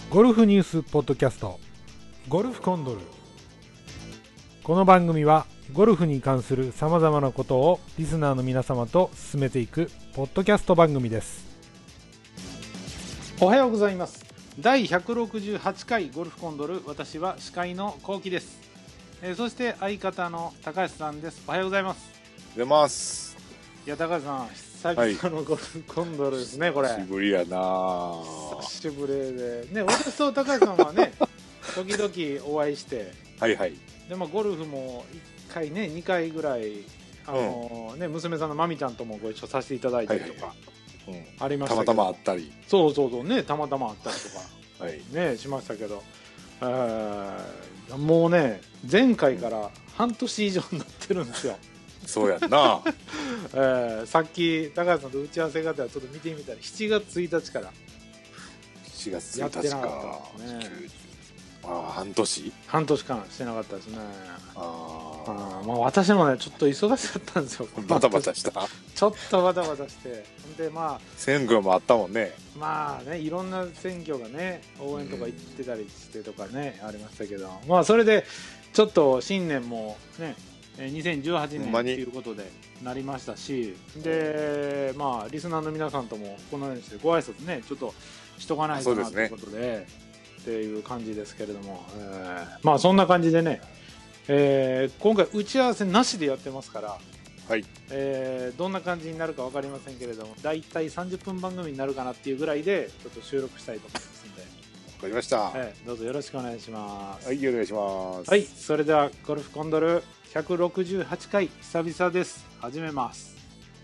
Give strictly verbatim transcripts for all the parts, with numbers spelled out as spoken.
ゴルフニュースポッドキャストゴルフコンドル。この番組はゴルフに関するさまざまなことをリスナーの皆様と進めていくポッドキャスト番組です。おはようございます。だいひゃくろくじゅうはちかいゴルフコンドル、私は司会のコウキです。えー、そして相方の高橋さんです。おはようございます。 出ます。 いや高橋さん、久々のゴルフコンドルですね、はい、これ久しぶりやな。 久しぶりでね、私と高橋さんはね時々お会いしてはいはい。 で、まあ、ゴルフもいっかいねにかいぐらいあの、うんね、娘さんのまみちゃんともご一緒させていただいたりとか、はいはい、うん、ありましたけど、 たまたま会ったり、 そうそうそうね、たまたま会ったりとか、 はい、 ね、しましたけど、えー、もうね前回から半年以上になってるんですよ。 そうやんな、 えー、さっき高橋さんと打ち合わせがてらちょっと見てみたらしちがつついたちからしちがつついたちかやってなかったですね。 ああ、半年半年間してなかったですね。 ああ、まあ、私もねちょっと忙しかったんですよ。 バタバタしたちょっとバタバタしてで、まあ、 選挙もあったもんね。 まあね、いろんな選挙がね応援とか行ってたりしてとかね、うん、ありましたけど、まあそれでちょっと新年もねにせんじゅうはちねんということでなりましたし、でまあリスナーの皆さんともこのようにしてご挨拶ねちょっとしとかないとなということでっていう感じですけれども、えー、まあそんな感じでね、えー、今回打ち合わせなしでやってますから、 はい、 えー、どんな感じになるか分かりませんけれども、だいたいさんじゅっぷん番組になるかなっていうぐらいでちょっと収録したいと思いますので、 わかりました、 えー、どうぞよろしくお願いします。 はい、お願いします。 はい、それではゴルフコンドルひゃくろくじゅうはちかい久々です。始めます。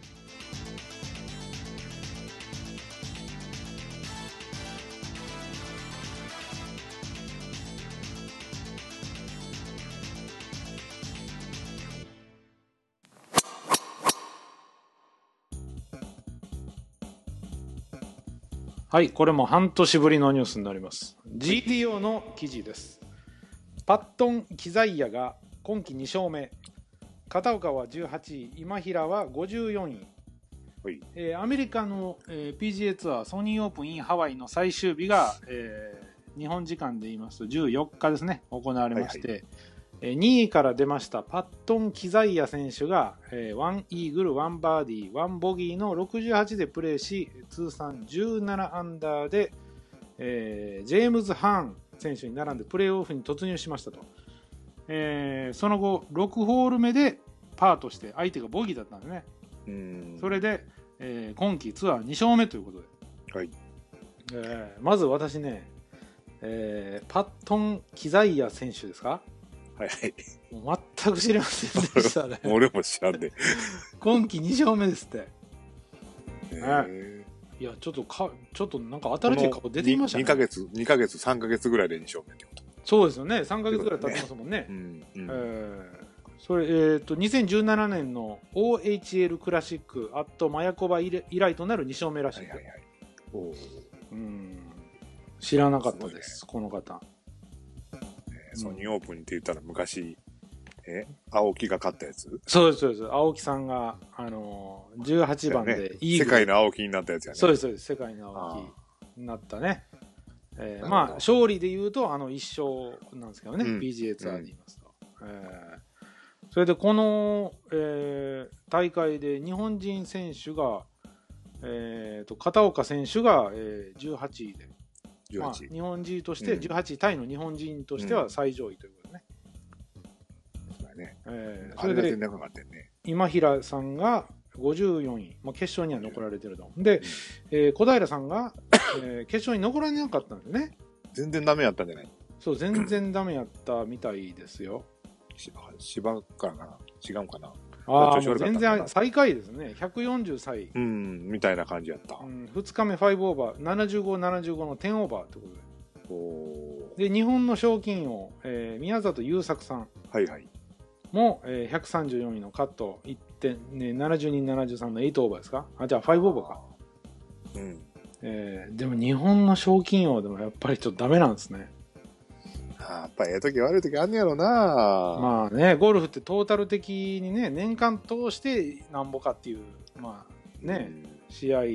はい、これも半年ぶりのニュースになります。 ジーティーオー の記事です。パットン・キザイヤが今季にしょうめ、片岡はじゅうはちい、今平はごじゅうよんい、はいえー、アメリカの、えー、ピージーエー ツアーソニーオープン in ハワイの最終日が、えー、日本時間で言いますとじゅうよっかですね行われまして、はいはいえー、にいから出ましたパットン・キザイヤ選手が、えー、いちイーグルいちバーディーいちボギーのろくじゅうはちでプレーし通算じゅうななアンダーで、えー、ジェームズ・ハーン選手に並んでプレーオフに突入しましたと、えー、その後ろくホール目でパーとして相手がボギーだったんですね。うんそれで、えー、今季ツアーにしょうめということで、はいえー、まず私ね、えー、パットン・キザイヤ選手ですか。 はいはい、 もう全く知りませんでしたね。 俺も知らんで今季にしょうめですって、えー、いやちょっとかちょっとなんか新しい顔出てきましたね。 2, 2ヶ月2ヶ月さんかげつぐらいでにしょうめってこと。 そうですよね、さんかげつぐらい経ってますもんね。うんうんえーそれえー、とにせんじゅうななねんの オーエイチエル クラシックアットマヤコバ以来となるにしょうめらしい、はいはいはい、おうん知らなかったです、ね、この方、 えー、ソニーオープンって言ったら昔え青木が勝ったやつ。 そうですそうです、青木さんが、あのー、じゅうはちばんでイーグル、ね、 世界の青木になったやつやね。 そうですそうです、世界の青木になったね。えー、まあ勝利でいうとあのいっしょうなんですけどね、うん、ピージーエー ツアーで言いますと、うんえー、それでこの、えー、大会で日本人選手が、えー、と片岡選手が、えー、じゅうはちいでじゅうはちい、まあ、日本人としてじゅうはちいタイの日本人としては最上位ということでね、 うんそうだねえー、それで長かったよね。 今平さんがごじゅうよんい、まあ、決勝には残られてると。で、うんえー、小平さんが、えー、決勝に残られなかったんですね。 全然ダメやったんじゃない。 そう、全然ダメやったみたいですよ。 芝からかな、違うかな。 ああ、全然最下位ですね。ひゃくよんじゅうさい。 うん、みたいな感じやった。 うん、ふつかめごオーバー、ななじゅうご、ななじゅうごのじゅうオーバーってことで。おで、日本の賞金王、えー、宮里優作さん。はいはい。も、えー、ひゃくさんじゅうよんいのカットいってん、ね、ななじゅうに、ななじゅうさんのはちオーバーですか。あ、じゃあごオーバーか。うん。えー、でも日本の賞金王でもやっぱりちょっとダメなんですね。 やっぱええ時悪い時あんねやろな。 まあね、ゴルフってトータル的にね年間通してなんぼかっていうまあね、うん、試合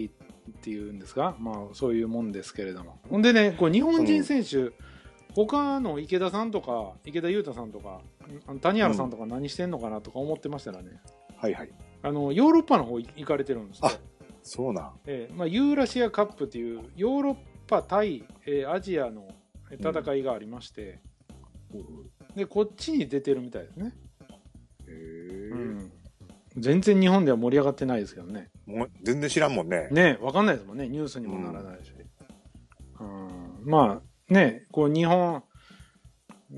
っていうんですか、まあそういうもんですけれども。ほんでね、こう日本人選手、うん、他の池田さんとか池田裕太さんとか谷原さんとか何してんのかなとか思ってましたらね、 うん、はいはい、 あのヨーロッパの方行かれてるんですよ。 あ、そうなん、 えーまあ、ユーラシアカップっていうヨーロッパ対、えーアジアの戦いがありまして、うん、でこっちに出てるみたいですね。 へー、 うん、全然日本では盛り上がってないですけどね。 もう全然知らんもんね。 ね、分かんないですもんね、ニュースにもならないし、うん、まあね、こう日本、うん、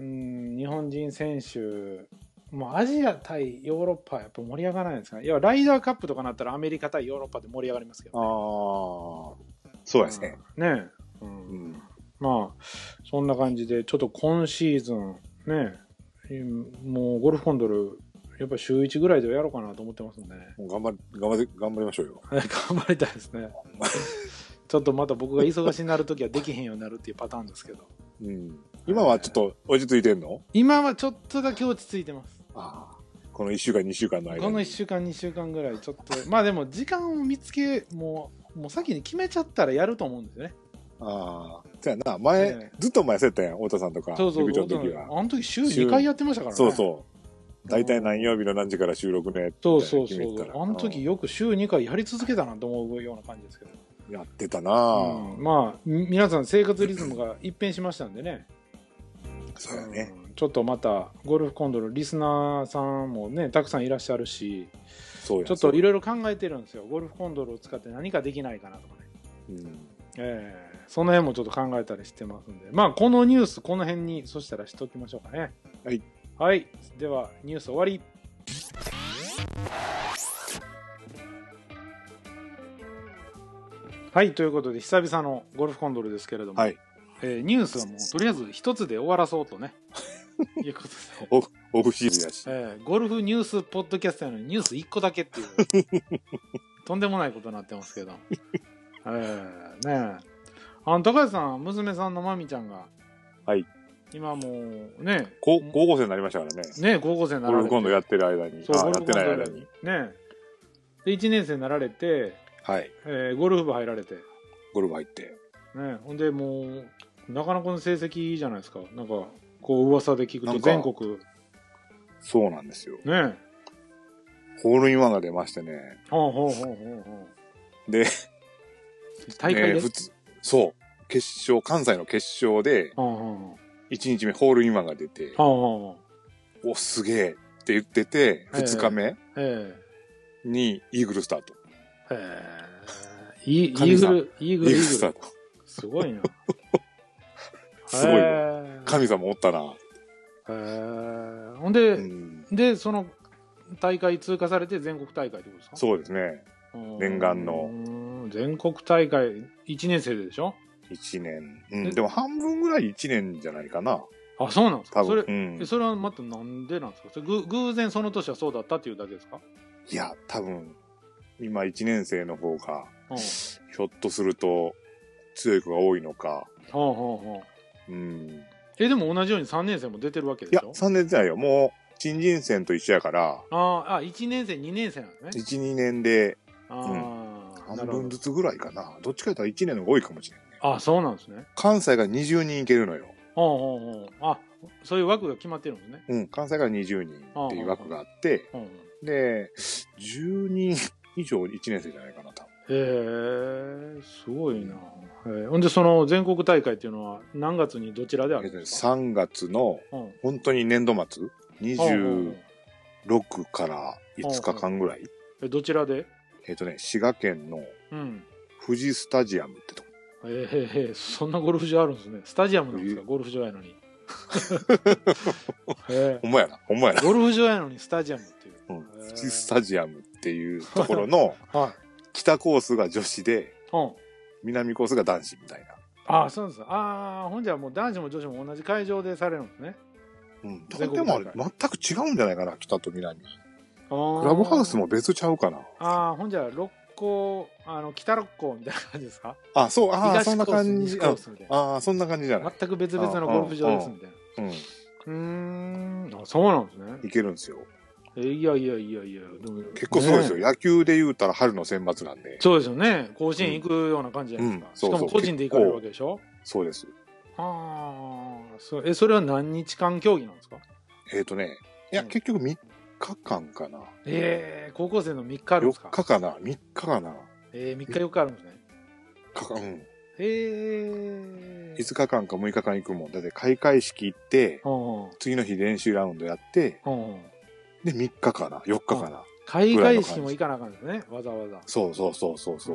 日本人選手もうアジア対ヨーロッパはやっぱ盛り上がらないですかね。いやライダーカップとかなったらアメリカ対ヨーロッパで盛り上がりますけど、ね、 ああ、そうですね。 うん、ね、うんうん、まあそんな感じでちょっと今シーズンね、もうゴルフコンドルやっぱ週いちぐらいでやろうかなと思ってますんで、ね、 もう頑張り頑張り頑張りましょうよ。 頑張りたいですね。ちょっとまた僕が忙しになるときはできへんようになるっていうパターンですけど、 うん、今はちょっと落ち着いてんの？ 今はちょっとだけ落ち着いてます。 ああ、このいっしゅうかんにしゅうかんの間に。 このいっしゅうかんにしゅうかんぐらいちょっとまあでも時間を見つけもうもう先に決めちゃったらやると思うんですよね。 ああ、そうやな、前、ね、ずっと前そうやったやん、太田さんとか。 そうそう、 陸長の時は。 あの時週にかいやってましたからね。 そうそう。大体何曜日の何時から収録ねってそうそうそう。あの時よく週にかいやり続けたなと思うような感じですけど。 やってたなぁ、 うん、まあ、皆さん生活リズムが一変しましたんでね。 そうやね、 うん。ちょっとまた、ゴルフコンドルリスナーさんもね、たくさんいらっしゃるし、そうやちょっといろいろ考えてるんですよ。ゴルフコンドルを使って何かできないかなとかね。うんえー、その辺もちょっと考えたりしてますんで、まあこのニュースこの辺にそしたらしときましょうかね。 はい、 はい、ではニュース終わり。はいということで久々のゴルフコンドルですけれども、はいえー、ニュースはもうとりあえず一つで終わらそうとねいうことでオ, オフシーズンやし、 えー、ゴルフニュースポッドキャストやのにニュースいっこだけっていうとんでもないことになってますけどえー、ねえあの高橋さん娘さんのまみちゃんがはい今もうね高校生になりましたからねね高校生になられてゴルフ今度やってる間にそうあやってない間にねでいちねん生になられて、 はいえー、ゴルフ部入られてゴルフ入ってねほんでもうなかなかの成績じゃないですかなんかこう噂で聞くと全国そうなんですよねホールインワンが出ましてねほうほうほうほうほうで大会で、 ね、普通そう決勝関西の決勝でいちにちめホールインワンが出ておすげえって言っててふつかめにイーグルスタートへえイーグルイーグルイーグルスタートすごいなすごいわ神様おったなへえほんで、うん、でその大会通過されて全国大会ってことですかそうですね念願の全国大会いちねん生ででしょいちねん、うん、でも半分ぐらいいちねんじゃないかなあそうなんですかそれ、 うん、 それはまたなんでなんですかそれぐ偶然その年はそうだったっていうだけですかいや多分今いちねん生の方が、うん、ひょっとすると強い子が多いのかほうほうほう、 うん、 えでも同じようにさんねん生も出てるわけでしょいやさんねん生よもう新人戦と一緒やからああいちねん生にねん生なんですねいちにねんであ、 うん、半分ずつぐらいかなどっちかというといちねんの方が多いかもしれない、ね、 あそうなんですね関西がにじゅうにんいけるのよほうほうほうあそういう枠が決まってるんですねうん関西がにじゅうにんっていう枠があってでじゅうにん以上いちねん生じゃないかな多分へえすごいなほんでその全国大会っていうのは何月にどちらであるんですかさんがつの本当に年度末にじゅうろくからいつかかんぐらいえどちらでえっとね滋賀県の富士スタジアムってとこ、 うん、えー、えー、そんなゴルフ場あるんですねスタジアムなんですかゴルフ場やのにえー、ほんまやなほんまやなゴルフ場やのにスタジアムっていう、 うん、富士スタジアムっていうところの北コースが女子で、はい、南コースが男子みたいなああそうですああほんじゃもう男子も女子も同じ会場でされるんですねうんでもあれ全く違うんじゃないかな北と南クラブハウスも別ちゃうかなああほんじゃ六甲あの北六甲みたいな感じですかあそうああそんな感じああそんな感じじゃない全く別々のゴルフ場ですみたいなうんうんあそうなんですねいけるんですよえいやいやいやいや、でも結構そうですよ、ね、野球で言うたら春の選抜なんで。 そうですよね。甲子園行くような感じじゃないですか。うんうん、そうそう、しかも個人で行かれるわけでしょ。 そうです。 ああ、そえそれは何日間競技なんですか？ えっ、ー、とね、いや、うん、結局みっかかんかな。 ええー、高校生のみっかあるんですか？ よっかかな、みっかかな。 ええー、みっかよっかあるんですね。 かか、うん。へえ。 いつかかんかむいかかん行くもん。だって開会式行って、うんうん、次の日練習ラウンドやって、うんうん、でみっかかな、よっかかな。 開会式も行かなあかんですね、わざわざ。 そうそうそうそうそう。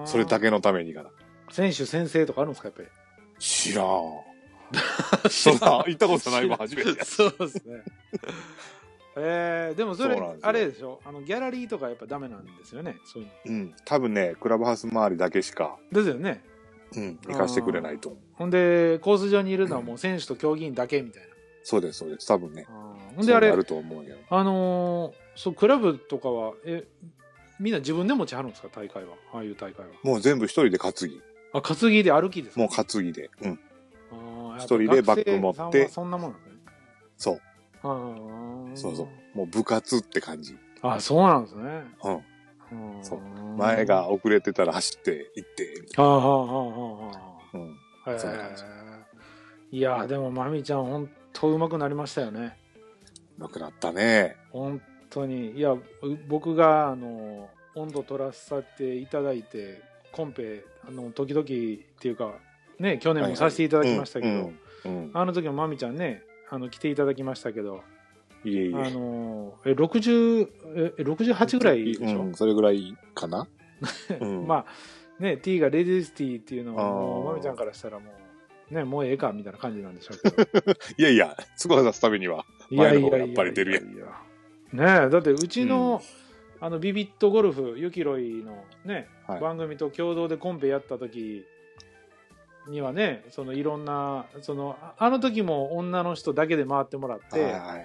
それだけのためにかな。 選手宣誓とかあるんですか、やっぱり。 知らん。そんな、行ったことないわ、初めて。 そうですね。えー、でもそれ、あれでしょ、あの、ギャラリーとかやっぱダメなんですよね、そういうの。うん。多分ね、クラブハウス周りだけしか。 ですよね。 うん、行かしてくれないと思う。 ほんで、コース上にいるのはもう選手と競技員だけみたいな。うん、 そうです、そうです。多分ね。 ほんであれ、 あると思うよ。 あのー、そう、クラブとかは、え、みんな自分で持ちはるんですか、大会は。ああいう大会は。 もう全部一人で担ぎ。 あ、担ぎで歩きですか？ もう担ぎで。うん。一人でバッグ持って。 そんなもんなんですね。 そう。 あそうそう。もう部活って感じ。 あ、そうなんですね。 うん。そう。前が遅れてたら走って行って、みたいな。 はあはあはあはあ。うん。へそういう感じ。 いやー、でもまみちゃんほんと上手くなりましたよね。 上手くなったね。 本当に。いや、僕が、あの、温度取らさせていただいて、コンペ、あの、時々っていうか、ね、去年もさせていただきましたけど、あの時もまみちゃんね、あの、来ていただきましたけど、 いえいえ。 あの、え、ろくじゅう、え、ろくじゅうはちぐらいでしょ？ うん、それぐらいかな。 うん、まあ、ね、T がレディース T っていうのは、もう、まみちゃんからしたらもう、ね、もうええか、みたいな感じなんでしょうけど。 いやいや、スコア出すためには、前の方がやっぱり出るやん。 いやいやいやいやねえ、だってうちの、うん、あの、ビビットゴルフ、ユキロイのね、はい、番組と共同でコンペやった時にはね、そのいろんな、その、あの時も女の人だけで回ってもらって、はいはいはいはい。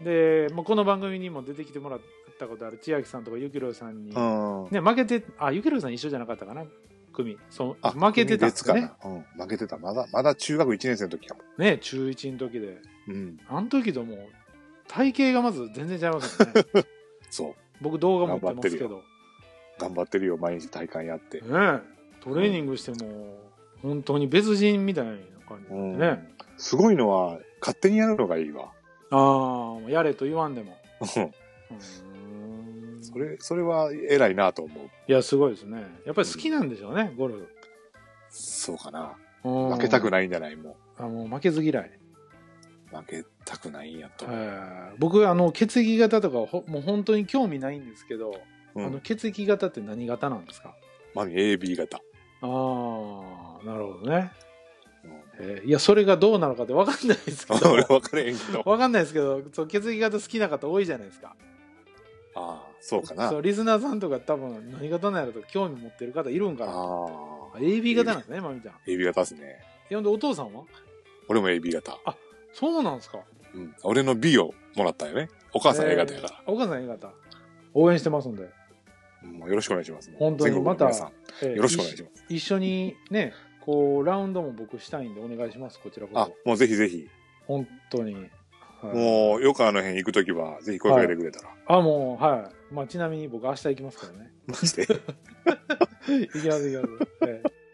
で、まあ、この番組にも出てきてもらったことある千秋さんとかユキロイさんに、ね、負けて、あ、ユキロイさん一緒じゃなかったかな。組そう、負けてたんですね。 うん、負けてた。まだ、まだ中学いちねん生の時かも。 ね、中いちの時で。うん。あの時ともう、体型がまず全然違いますよね。 そう。 僕動画持ってますけど。 頑張ってるよ、毎日体幹やって。 ね、トレーニングしても、うん、本当に別人みたいな感じでね、うん。 すごいのは、勝手にやるのがいいわ。 ああ、やれと言わんでも。 それ、それは偉いなと思う。 いや、すごいですね。やっぱり好きなんでしょうね、うん、ゴルフ。 そうかな。負けたくないんじゃないもう。あ、もう負けず嫌い。 負けたくないんやと。 僕、あの、血液型とかほ、もう本当に興味ないんですけど、うん、あの、血液型って何型なんですか？ まみ エービー 型。 ああ、なるほどね。うんえー、いや、それがどうなのかって分かんないですけど。 俺分かれへんけど。 分かんないですけど、そう血液型好きな方多いじゃないですか。 ああ、そうかな。 そう、リスナーさんとか多分何型なんやろと興味持ってる方いるんかな。ああ。エービー 型なんですね、まみちゃん。 エービー 型ですね。 え、ほんでお父さんは？ 俺も エービー 型。 あ、そうなんですか。 うん。俺の B をもらったよね。お母さん A 型やから。 お母さん A 型。応援してますんで。 もうよろしくお願いします。 本当にまた、 よろしくお願いします。 一緒にね、こう、ラウンドも僕したいんでお願いします、こちらこそ。 あ、もうぜひぜひ。 本当に。 はい、もう、よくあの辺行くときは、ぜひ声かけてくれたら。はい、 あ、もう、はい。まあ、ちなみに僕明日行きますからね。 マジで行きます、行きます。はい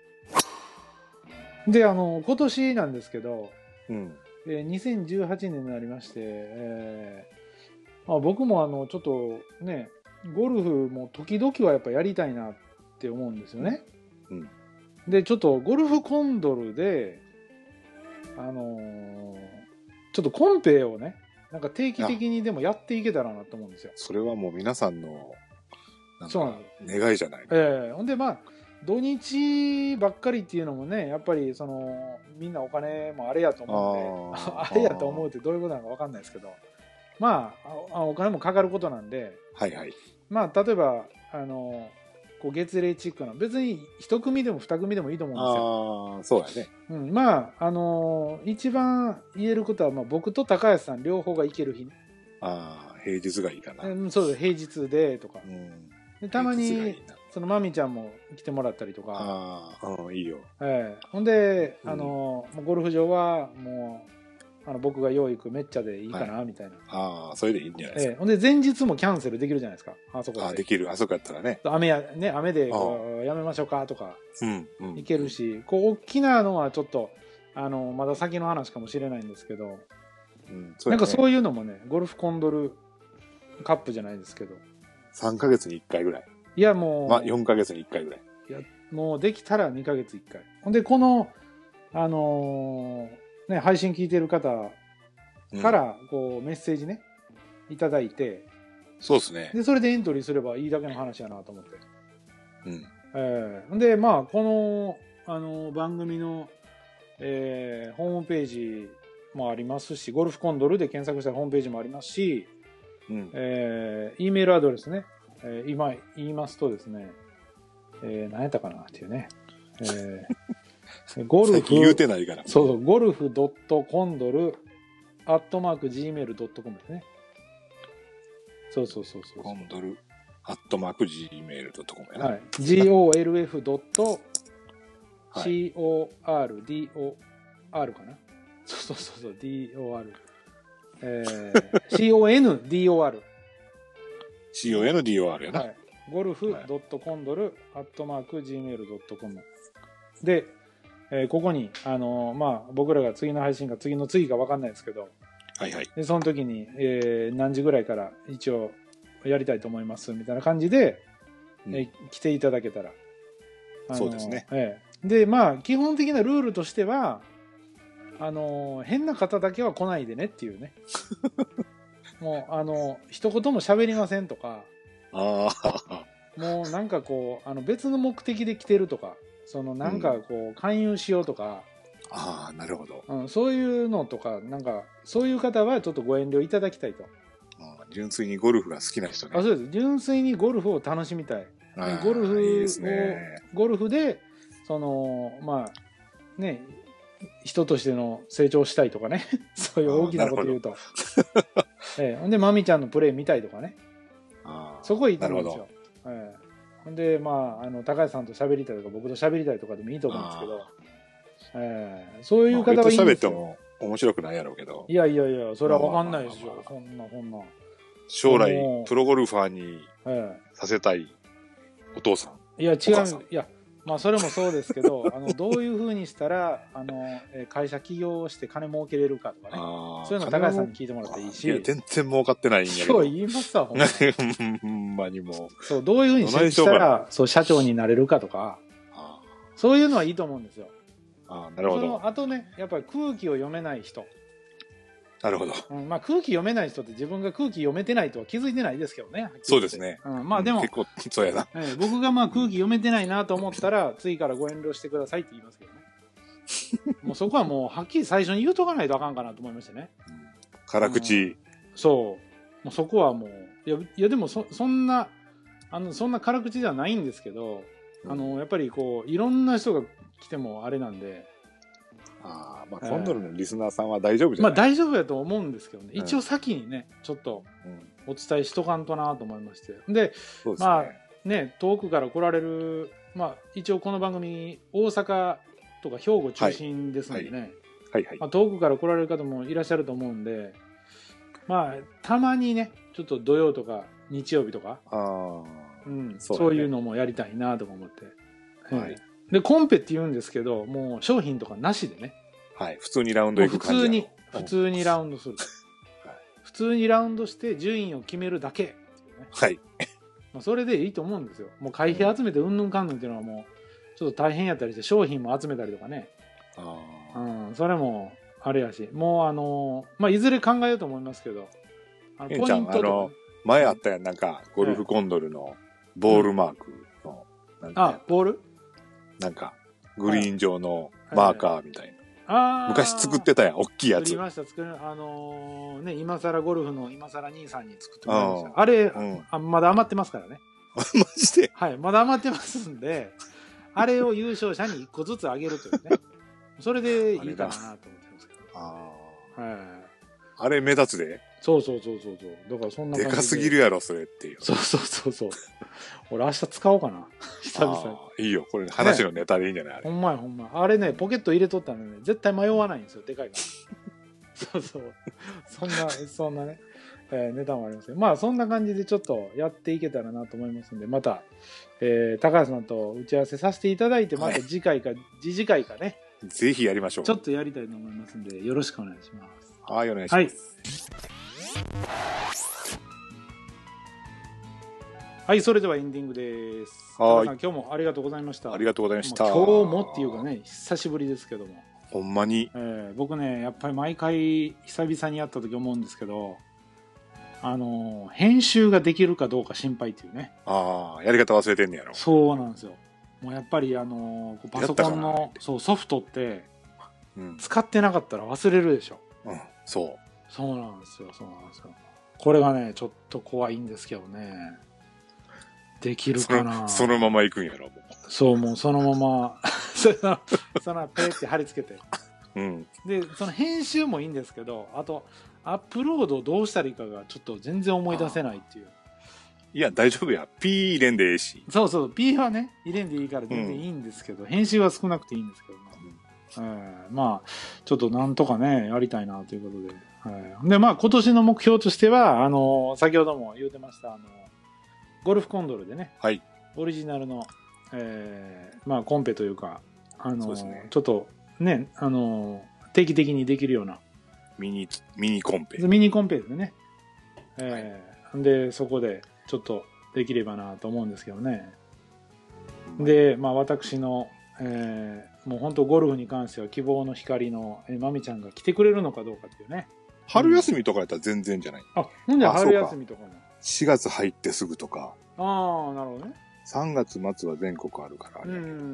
、で、あの、今年なんですけど、うん。えー、にせんじゅうはちねんになりまして、えーまあ、僕もあの、ちょっとね、ゴルフも時々はやっぱやりたいなって思うんですよね。うん。で、ちょっとゴルフコンドルで、あのー、ちょっとコンペをね、なんか定期的にでもやっていけたらなと思うんですよ。 それはもう皆さんの、なんか願いじゃない。 ええー、ほんでまあ、土日ばっかりっていうのもね、やっぱりその、みんなお金もあれやと思うんで、あ, あれやと思うってどういうことなのかわかんないですけど、まあ、お金もかかることなんで、 はいはい。 まあ、例えば、あの、こう月齢チックな、別に一組でも二組でもいいと思うんですよ。 ああ、そうやね。 うん、まあ、あのー、一番言えることは、まあ、僕と高橋さん両方が行ける日。 ああ、平日がいいかな。 うん、そうです、平日でとか。うん、でたまに、そのまみちゃんも来てもらったりとか。 ああ、いいよ。 ええー、ほんで、あのー、うん、ゴルフ場はもう、 あの僕がよう行くめっちゃでいいかな、はい、みたいな。 ああ、それでいいんじゃないですか。えー、 ほんで前日もキャンセルできるじゃないですか。あそこで。 あできる。あそこやったらね。 雨や、ね、雨でこうやめましょうかとか、 うんうん、 いけるし、こう、大きなのはちょっと、あの、まだ先の話かもしれないんですけど、うんそうね、なんかそういうのもね、ゴルフコンドルカップじゃないですけど。 さんかげつにいっかいぐらい。 いやもう。 まあよんかげつにいっかいぐらい。 いや、もうできたらにかげついっかい。ほんで、この、あのー、ね、配信聞いてる方から、こう、メッセージね、いただいて、 そうですね。 で、それでエントリーすればいいだけの話やなと思って。 うん。 えー、で、まあ、この、あのー、番組の、えー、ホームページもありますし、ゴルフコンドルで検索したらホームページもありますし、うんえー、E メールアドレスね、えー、今言いますとですね、えー、何やったかなっていうね、えー、ゴルフ最近言うてないからそうそうゴルフドットコンドルアットマーク ジーメールドットコム ですね。そうそうそうそうコンドルアットマーク ジーメールドットコム やな。 はい。ジーオーエルエフドットシーオーアールディーオーアール かな。そうそうそう ディーオーアール、えー、シーオーエヌディーオーアールシーオーエヌディーオーアール やな。はい。 ゴルフドットコンドルアットマーク ジーメールドットコム で、えー、ここにあのー、まあ僕らが次の配信か次の次か分かんないですけど、 はいはい。 でその時に、えー、何時ぐらいから一応やりたいと思いますみたいな感じで、うんえー、来ていただけたら、 あのー、そうですね。 えー、でまあ基本的なルールとしてはあのー、変な方だけは来ないでねっていうねもうあのー、一言も喋りませんとかあもうなんかこうあの別の目的で来てるとかそのなんかこう勧誘しようとか、 うん、ああなるほど、 うん、そういうのとかなんかそういう方はちょっとご遠慮いただきたいと。 あ純粋にゴルフが好きな人ね。 あそうです。純粋にゴルフを楽しみたい。ゴルフをいいですね。ゴルフでそのまあね人としての成長したいとかねそういう大きなこと言うと、ええ、ほんでマミちゃんのプレー見たいとかねあそこいいと思うんですよ。ええ、ほんでまああの高橋さんと喋りたいとか僕と喋りたいとかでもいいと思うんですけど、ええ、そういう方はいいんですよ。まあ、喋っても面白くないやろうけど。 いやいやいやそれは分かんないですよ。そんなそんな。 将来プロゴルファーにさせたいお父さん。 いや違ういや。まあそれもそうですけどあのどういうふうにしたらあの会社起業して金儲けれるかとかねそういうの高橋さんに聞いてもらったらいいしいや全然儲かってないんやけど今日言いますわほんまにほんまにもうそうどういうふうにしたらそう社長になれるかとかそういうのはいいと思うんですよ。 あなるほど。 そのあとねやっぱり空気を読めない人なるほど、 うんまあ、空気読めない人って自分が空気読めてないとは気づいてないですけどね。 そうですね、 うん、まあでも、うん、 結構そうやな、 えー、僕がまあ空気読めてないなと思ったら次からご遠慮してくださいって言いますけどねもうそこはもうはっきり最初に言うとかないとあかんかなと思いましてね、うん、 辛口、 うん、そうもうそこはもういや、いやでも そ, そんなあのそんな辛口ではないんですけど、うん、あのやっぱりこういろんな人が来てもあれなんであまあ、コンドルのリスナーさんは大丈夫じゃない、 まあ大丈夫やと思うんですけどね、うん、一応先にねちょっとお伝えしとかんとなと思いまして、で、そうですね、まあね遠くから来られる、まあ一応この番組大阪とか兵庫中心ですんでね、はいはいはいまあ、遠くから来られる方もいらっしゃると思うんでまあたまにねちょっと土曜とか日曜日とかあ、うんそうね、そういうのもやりたいなとか思って、はい、でコンペって言うんですけどもう商品とかなしでね、 はい、普通にラウンド行く感じ。 普通に普通にラウンドする、はい、普通にラウンドして順位を決めるだけ、ね、 はいまあそれでいいと思うんですよ。もう会費集めてうんぬんかんぬんっていうのはもうちょっと大変やったりして商品も集めたりとかねあ、うん、それもあれやしもうあのまあいずれ考えようと思いますけどあのポイントとか、ね、あの前あったやんなんかゴルフコンドルのボールマークの、 うん、あボールなんかグリーン上のマーカーみたいな、はいあ昔作ってたやん大きいやつ。 作りました作るあのー、ね今更ゴルフの今更兄さんに作ってもらいました。あ, あれ、うん、あまだ余ってますからね。 マジで。 はいまだ余ってますんであれを優勝者にいっこずつあげるというねそれでいいかなと思ってますけど。ああはいあれ目立つで。 そうそうそうそうそうだからそんな感じででかすぎるやろそれっていう。 そうそうそうそう俺明日使おうかな久々に。 いいよこれ話のネタでいいんじゃない、ね、あれほんまやほんまあれねポケット入れとったのね絶対迷わないんですよでかいからそうそう。そんな、そんなね、えー、ネタもありますけど、まあそんな感じでちょっとやっていけたらなと思いますんで、また、えー、高橋さんと打ち合わせさせていただいて、また次回か、はい、次次回かね。 ぜひやりましょう。 ちょっとやりたいと思いますんで、よろしくお願いします。 はい、お願いします。はい。 はい、それではエンディングです。高橋さん、今日もありがとうございました。 ありがとうございました。 まあ、今日もっていうかね、久しぶりですけども。 ほんまに。 えー、僕ね、やっぱり毎回久々にやった時思うんですけど、あの、編集ができるかどうか心配っていうね。 ああ、やり方忘れてんねやろ。 そうなんですよ。もうやっぱりあの、パソコンのそうソフトって、うん、使ってなかったら忘れるでしょ。 うん、そう。 そうなんですよ、そうなんですよ。これがね、ちょっと怖いんですけどね。できるかな。 その、そのまま行くんやろ。 そう、もうそのまま、その、そのペーって貼り付けて。 うん。 で、その編集もいいんですけど、あと、アップロードをどうしたらいいかがちょっと全然思い出せないっていう。 いや、大丈夫や。P 入れんでええし。 そうそう、P はね、入れんでいいから全然いいんですけど、うん、編集は少なくていいんですけどね。うんえー、まあ、ちょっとなんとかね、やりたいなということで。はい、で、まあ、今年の目標としては、あの、先ほども言うてました、あの、ゴルフコンドルでね、 はい、 オリジナルの、えー、まあ、コンペというか、あの、 ね、 ちょっとね、あの、定期的にできるような。 ミニ、ミニコンペ。 ミニコンペですね。えー、はい、で、そこでちょっとできればなと思うんですけどね。うん、で、まあ、私の、えー、もう本当ゴルフに関しては希望の光の、えー、まみちゃんが来てくれるのかどうかっていうね。 春休みとかやったら全然じゃない。 うん、あ、ほんじゃ春休みとかも。 しがつ入ってすぐとか。 ああ、なるほどね。 さんがつ末は全国あるから。 うん。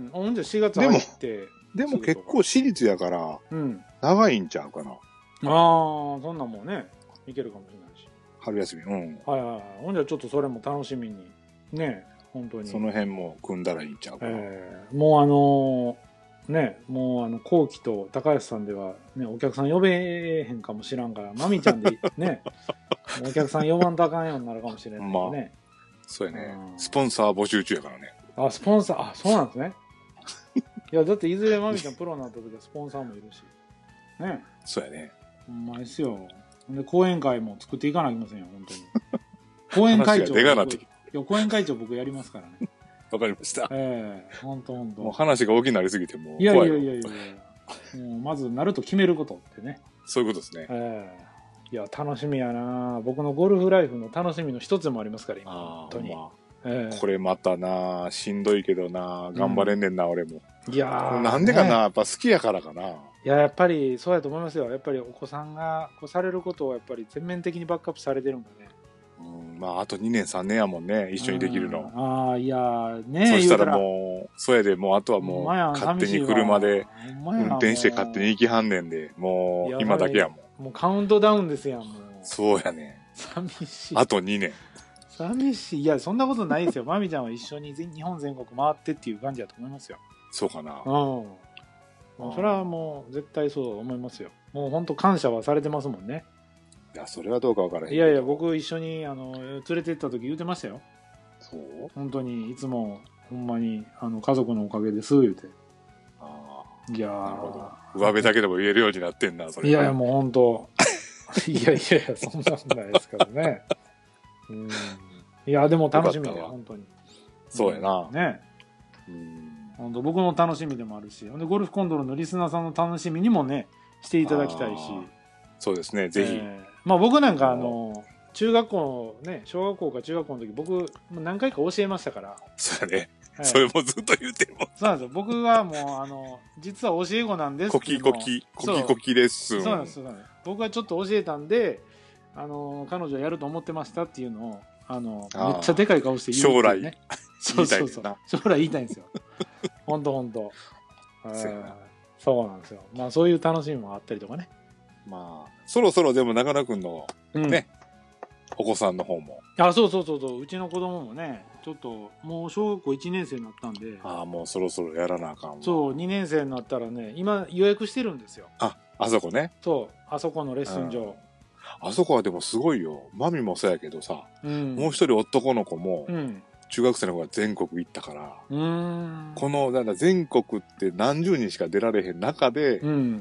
ほんじゃしがつ入って。 でも、でも結構私立やから、うん、長いんちゃうかな。ああ、 そんなんもね、いけるかもしれないし。 春休み、うん。 はいはいはい。ほんじゃちょっとそれも楽しみに。ね、本当に。 その辺も組んだらいいんちゃうかな。 えー、もうあのー、ね、もうあの、後期と高橋さんでは、ね、お客さん呼べへんかもしらんから、まみちゃんでね、お客さん呼ばんとあかんようになるかもしれないね。まあ、 そうやね。スポンサー募集中やからね。 あ、スポンサー、あ、そうなんですね。いや、だっていずれまみちゃんプロになった時はスポンサーもいるし。ね。 そうやね。 ほんまですよ。で、講演会も作っていかなきゃいけませんよ、本当に。講演会長。 でかなってきいや、講演会長僕やりますからね。 わかりました。 ええー、ほんとほんと。 もう話が大きくなりすぎてもういやいやいやいやいや。もうまずなると決めることってね。 そういうことですね。 ええー、いや、楽しみやな。僕のゴルフライフの楽しみの一つもありますから、今。本当に。 えー、これまたな、しんどいけどな、頑張れんねんな、うん、俺も。 いやー。 なんでかな、ね、やっぱ好きやからかな。 いや、やっぱりそうやと思いますよ。やっぱりお子さんがこうされることをやっぱり全面的にバックアップされてるんだね。 うん、まあ、あとにねんさんねんやもんね、一緒にできるの。 ああ、いやー、ねそしたらもう、そやでもう、あとはもう、勝手に車で、運転して勝手に行きはんねんで、もう、今だけやもん。 もうカウントダウンですやん、もう。 そうやね。 寂しい。 あとにねん。 寂しい。いや、そんなことないですよ。まみちゃんは一緒に日本全国回ってっていう感じだと思いますよ。 そうかな。 うん。もうそれはもう絶対そう思いますよ。もう本当感謝はされてますもんね。 いや、それはどうか分からへん。 いやいや、僕一緒にあの連れて行った時言うてましたよ。 そう本当にいつもほんまにあの家族のおかげです言うて。ああ。いやー。なるほど。 上辺だけでも言えるようになってんな、それ。 いやいや、もう本当。いやいやいや、そんなことないですからね。うん。いや、でも楽しみだよ、本当に。 そうやな。 ね。うん。本当僕の楽しみでもあるし、でゴルフコンドルのリスナーさんの楽しみにもね、していただきたいし。 そうですね、ぜひ。 えー、まあ僕なんかあの、中学校ね、小学校か中学校の時、僕何回か教えましたから。 そうやね。はい、それもずっと言うてるもん。 そうなんですよ。僕はもう、あの、実は教え子なんですコキコキ、コキコキレッスン。 そうなんです、そうなんです。僕はちょっと教えたんで、あの、彼女はやると思ってましたっていうのを、あの、めっちゃでかい顔して言う、ね。将来。 そうそうそう。将来言いたいんですよ。ほんとほんと。そうなんですよ。まあそういう楽しみもあったりとかね。 まあ、そろそろでも中野くんのね、うん、お子さんの方も。 あ、そうそうそうそう。うちの子供もね、ちょっともう小学校いちねん生になったんで。 ああ、もうそろそろやらなあかんわ。 そう、にねん生になったらね、今予約してるんですよ。 あ、あそこね。 そう、あそこのレッスン場。 あそこはでもすごいよ。マミもそうやけどさ、うん、もう一人男の子も、うん中学生の子が全国行ったから、うんこの、なんだ、全国って何十人しか出られへん中で、うん、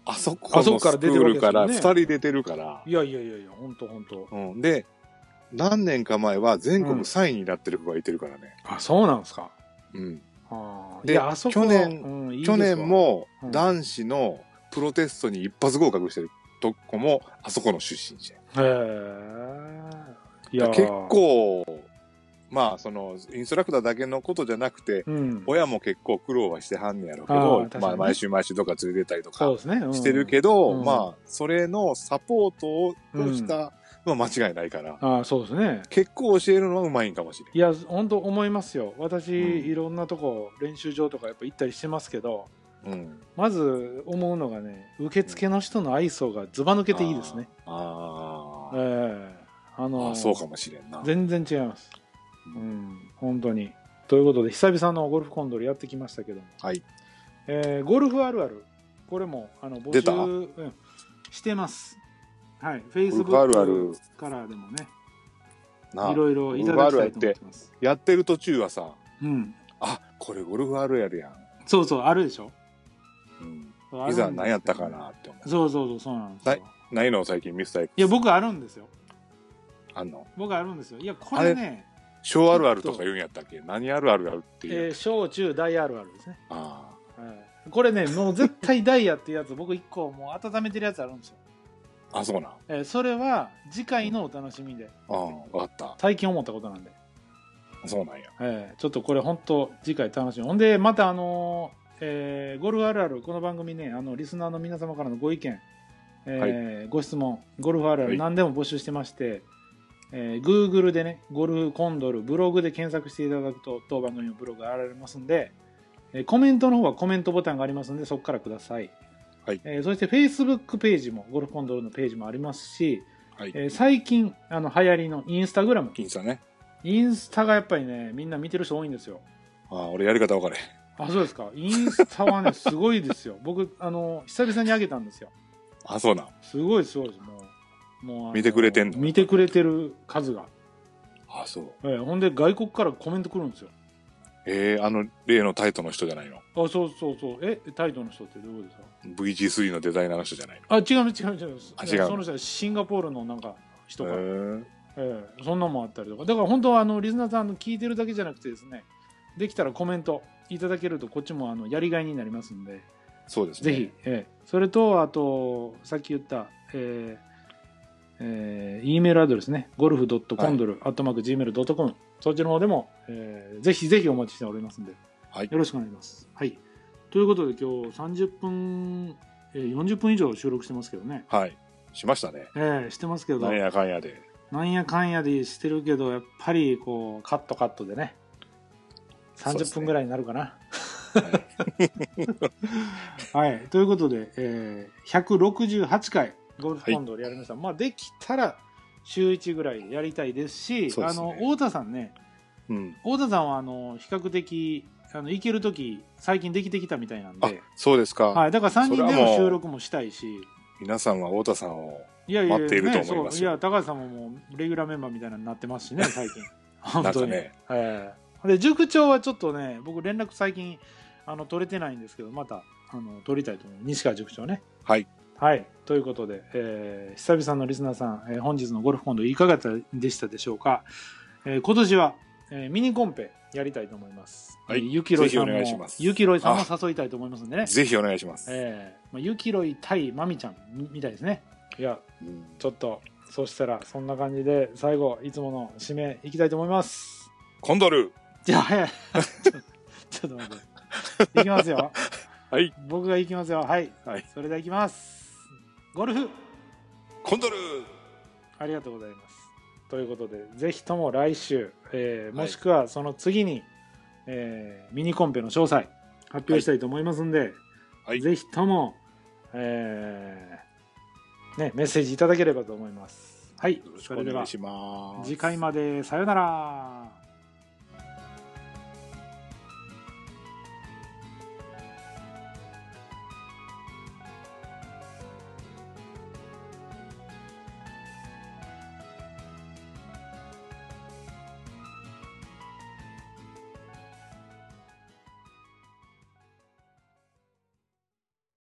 あそこのスクールからふたり出てるから。 いやいやいやいや、ほんとほんと。 うん。で、何年か前は全国さんいになってる子がいてるからね。 うん、あ、そうなんですか。 うん。 あで、あそこ去年、うん、いい去年も男子のプロテストに一発合格してるとこもあそこの出身者。へえ。いや結構、まあそのインストラクターだけのことじゃなくて、うん、親も結構苦労はしてはんねやろうけど、ね、まあ毎週毎週どっか連れてたりとかしてるけど、ねうん、まあそれのサポートをしたのは間違いないから、 うん、あそうですね。 結構教えるのはうまいんかもしれない。 いや本当思いますよ。私、うん、いろんなとこ練習場とかやっぱ行ったりしてますけど、うん、まず思うのがね、受付の人の愛想がずば抜けていいですね。ああ、えー、あのー、 あそうかもしれんな。 全然違います。うん、本当に。ということで久々のゴルフコンドルやってきましたけども、はい、えー、ゴルフあるあるこれもあの募集、うん、してます。はい、Facebook あるあるからでもね、いろいろいただきたいと思ってます。 やってる途中はさ、うん、あこれゴルフあるあるやん。 そうそうあるでしょ。 うん、いざ何やったかなって思う。 そうそうそうそうなんですよ。 ないの最近ミスター X。 いや僕あるんですよ。 あんの？ 僕あるんですよ。いやこれね。 小あるあるとか言うんやったっけ？何あるあるあるっていう。 えー、小中大あるあるですね。ああ、はい。これねもう絶対大やっていうやつ僕一個もう温めてるやつあるんですよ。 あそうなん。 えー、それは次回のお楽しみで。 うん、ああ分かった。 最近思ったことなんで。 そうなんや。 えー、ちょっとこれ本当次回楽しみ。ほんでまたあのーえー、ゴルフあるあるこの番組ねあのリスナーの皆様からのご意見、えーはい、ご質問ゴルフあるある何でも募集してまして。はい、えー、Google でね、ゴルフコンドル、ブログで検索していただくと、当番組のブログが現れますんで、えー、コメントの方はコメントボタンがありますんで、そこからください。はい。えー、そして Facebook ページも、ゴルフコンドルのページもありますし、はい。えー、最近、あの、流行りのインスタグラム。 インスタね。 インスタがやっぱりね、みんな見てる人多いんですよ。 ああ、俺やり方分かれ。 あ、そうですか。インスタはね、すごいですよ。僕、あの、久々に上げたんですよ。 あ、そうなん。 すごいすごいです。もう、もう見てくれてんの？ 見てくれてる数が。 あそう、 えー、ほんで外国からコメント来るんですよ。 えー、あの例のタイトの人じゃないの？ あそうそうそう。えタイトの人ってどうですか？ ブイジースリー のデザイナーの人じゃないの？ あ違う違う違う。 あ違う。 その人はシンガポールのなんか人が、えーえー、そんなもんあったりとか。だから本当はあのリスナーさんの聞いてるだけじゃなくてですね、できたらコメントいただけるとこっちもあのやりがいになりますんで。 そうですね。 ぜひ、えー、それとあとさっき言った、えーえー、E メールアドレスね、ゴルフドットコンドルアットマークジーメールドットコム、そっちの方でも、えー、ぜひぜひお待ちしておりますので、はい、よろしくお願いします。はい。ということで今日さんじゅっぷん、えー、よんじゅっぷん以上収録してますけどね。 はい。しましたね。 ええー、してますけど。 なんやかんやで。 なんやかんやでしてるけど、やっぱりこうカットカットでね、さんじゅっぷんぐらいになるかな。はい、はい。ということで、えー、ひゃくろくじゅうはちかい。ゴルフコンドルやりました、はい、まあできたら週いちぐらいでやりたいですし、ですね、あの太田さんね、うん、太田さんはあの比較的あの行ける時最近できてきたみたいなんで。 そうですか、 はい、だからさんにんでの収録もしたいし、 皆さんは太田さんを待っていると思いますよ。 いやいや、ね、高橋さんももうレギュラーメンバーみたいなになってますしね最近本当にね、えー、で塾長はちょっとね僕連絡最近あの取れてないんですけど、またあの取りたいと思う。西川塾長ね。 はいはい。ということで、えー、久々のリスナーさん、えー、本日のゴルフコンドいかがでしたでしょうか。えー、今年は、えー、ミニコンペやりたいと思います。 はい。 ゆきろいさんも、 ぜひお願いします。 ゆきろいさんも誘いたいと思いますんでね。 ぜひお願いします。 えー、まあ、ゆきろい対まみちゃんみたいですね。いや、うん、ちょっと、そしたらそんな感じで最後、いつもの締めいきたいと思います。 コンドルじゃあ、早い。ちょ、ちょっと待って。いきますよ。 はい。 僕がいきますよ。はい。はい。それではいきます。ゴルフコンドルありがとうございます。ということでぜひとも来週、えー、もしくはその次に、はい、えー、ミニコンペの詳細発表したいと思いますんで、はい、ぜひとも、えーね、メッセージいただければと思います。はい、 よろしくお願いします。 次回までさよなら。